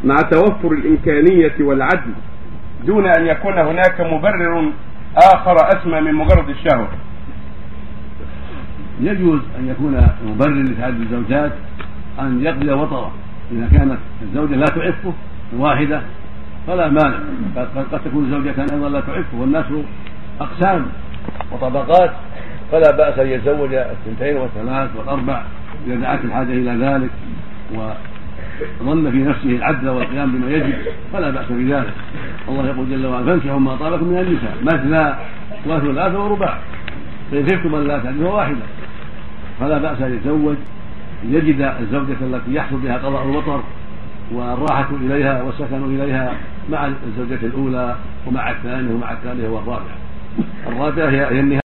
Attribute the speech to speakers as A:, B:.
A: مع توفر الإمكانية والعدل دون أن يكون هناك مبرر آخر أسمى من مجرد الشهوة؟
B: يجوز أن يكون مبرر لتعدد الزوجات أن يقضي وطره إذا كانت الزوجة لا تعفه واحدة فلا مانع، قد تكون زوجة أيضا لا تعفه، والناس أقسام وطبقات، فلا بأس أن يتزوج الثنتين والثلاث والأربع إذا دعت الحاجة إلى ذلك وظن في نفسه العدل والقيام بما يجب فلا بأس بذلك. الله يقول جل وعلا: فانكحوا ما طاب لكم من النساء مثنى وثلاث ورباع فإن خفتم أن لا تعدلوا واحدة، فلا بأس أن يتزوج يجد الزوجة التي يحصل بها قضاء الوطر والراحة إليها والسكن إليها مع الزوجة الأولى ومع الثانية ومع الثالثة والرابعة. الرابعة هي النهاية.